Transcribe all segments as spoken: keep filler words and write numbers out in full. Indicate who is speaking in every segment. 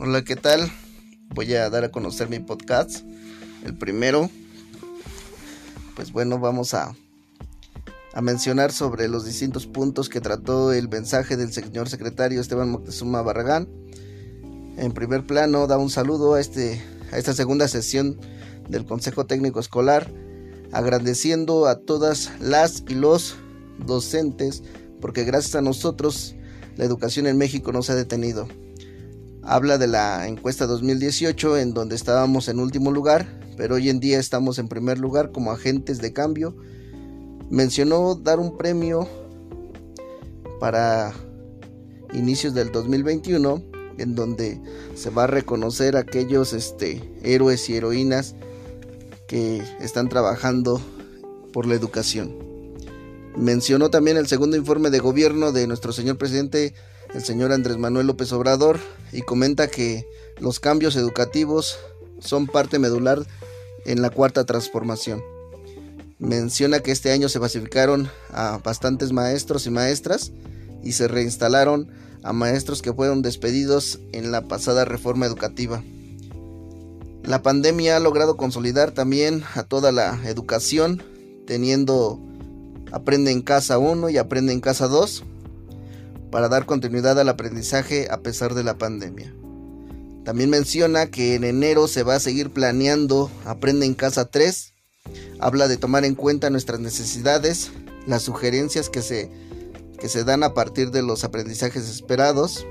Speaker 1: Hola, ¿qué tal? Voy a dar a conocer mi podcast, el primero. Pues bueno, vamos a, a mencionar sobre los distintos puntos que trató el mensaje del señor secretario Esteban Moctezuma Barragán. En primer plano, da un saludo a, este, a esta segunda sesión del Consejo Técnico Escolar, agradeciendo a todas las y los docentes, porque gracias a nosotros la educación en México no se ha detenido. Habla de la encuesta dos mil dieciocho, en donde estábamos en último lugar, pero hoy en día estamos en primer lugar como agentes de cambio. Mencionó dar un premio para inicios del dos mil veintiuno, en donde se va a reconocer a aquellos este, héroes y heroínas que están trabajando por la educación. Mencionó también el segundo informe de gobierno de nuestro señor presidente, el señor Andrés Manuel López Obrador, y comenta que los cambios educativos son parte medular en la cuarta transformación. Menciona que este año se basificaron a bastantes maestros y maestras y se reinstalaron a maestros que fueron despedidos en la pasada reforma educativa. La pandemia ha logrado consolidar también a toda la educación, teniendo Aprende en Casa uno y Aprende en Casa dos, para dar continuidad al aprendizaje a pesar de la pandemia. También menciona que en enero se va a seguir planeando Aprende en Casa tres. Habla de tomar en cuenta nuestras necesidades, las sugerencias que se, que se dan a partir de los aprendizajes esperados.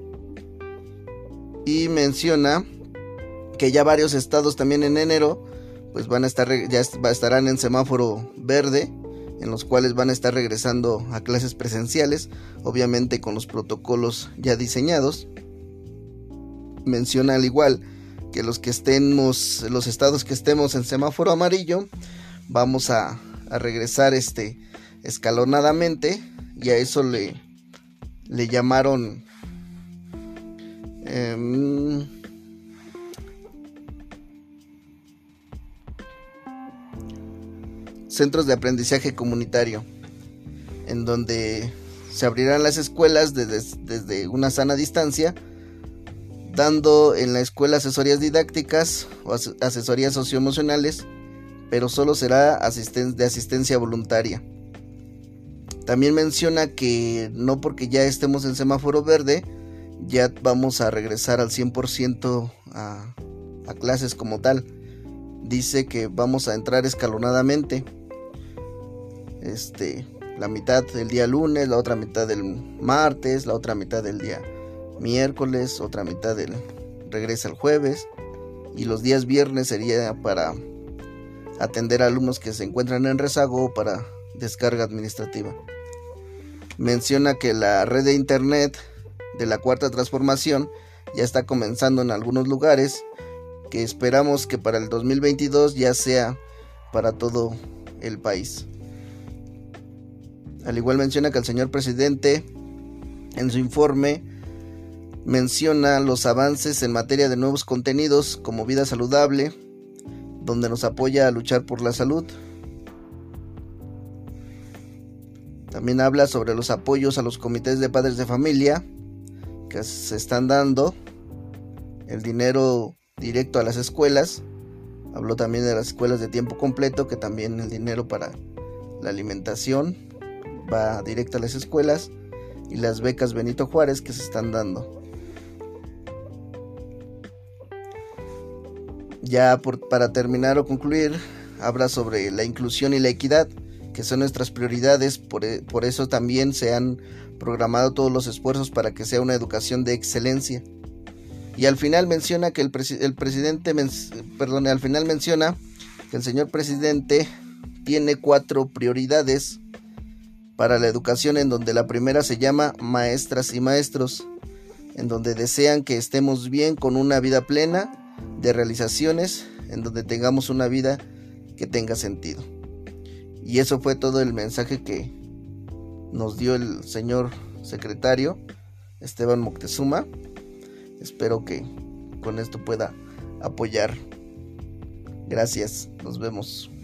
Speaker 1: Y menciona que ya varios estados también en enero pues van a estar, ya estarán en semáforo verde, en los cuales van a estar regresando a clases presenciales, obviamente con los protocolos ya diseñados. Menciona al igual que los que estemos, los estados que estemos en semáforo amarillo, vamos a, a regresar este escalonadamente, y a eso le, le llamaron eh, centros de aprendizaje comunitario, en donde se abrirán las escuelas desde, desde una sana distancia, dando en la escuela asesorías didácticas o as- asesorías socioemocionales, pero solo será asisten- de asistencia voluntaria. También menciona que no porque ya estemos en semáforo verde ya vamos a regresar al cien por ciento a, a clases como tal. Dice que vamos a entrar escalonadamente. Este, la mitad del día lunes, la otra mitad del martes, la otra mitad del día miércoles, otra mitad del regresa el jueves, y los días viernes sería para atender a alumnos que se encuentran en rezago o para descarga administrativa. Menciona que la red de internet de la cuarta transformación ya está comenzando en algunos lugares, que esperamos que para el dos mil veintidós ya sea para todo el país. Al igual menciona que el señor presidente en su informe menciona los avances en materia de nuevos contenidos como vida saludable, donde nos apoya a luchar por la salud. También habla sobre los apoyos a los comités de padres de familia que se están dando, el dinero directo a las escuelas. Habló también de las escuelas de tiempo completo, que también el dinero para la alimentación va directo a las escuelas, y las becas Benito Juárez que se están dando. Ya por, para terminar o concluir, habla sobre la inclusión y la equidad, que son nuestras prioridades. Por, por eso también se han programado todos los esfuerzos para que sea una educación de excelencia. Y al final menciona que el, presi- el presidente, men- perdón, al final menciona que el señor presidente tiene cuatro prioridades para la educación, en donde la primera se llama maestras y maestros, en donde desean que estemos bien con una vida plena de realizaciones, en donde tengamos una vida que tenga sentido. Y eso fue todo el mensaje que nos dio el señor secretario Esteban Moctezuma. Espero que con esto pueda apoyar. Gracias, nos vemos.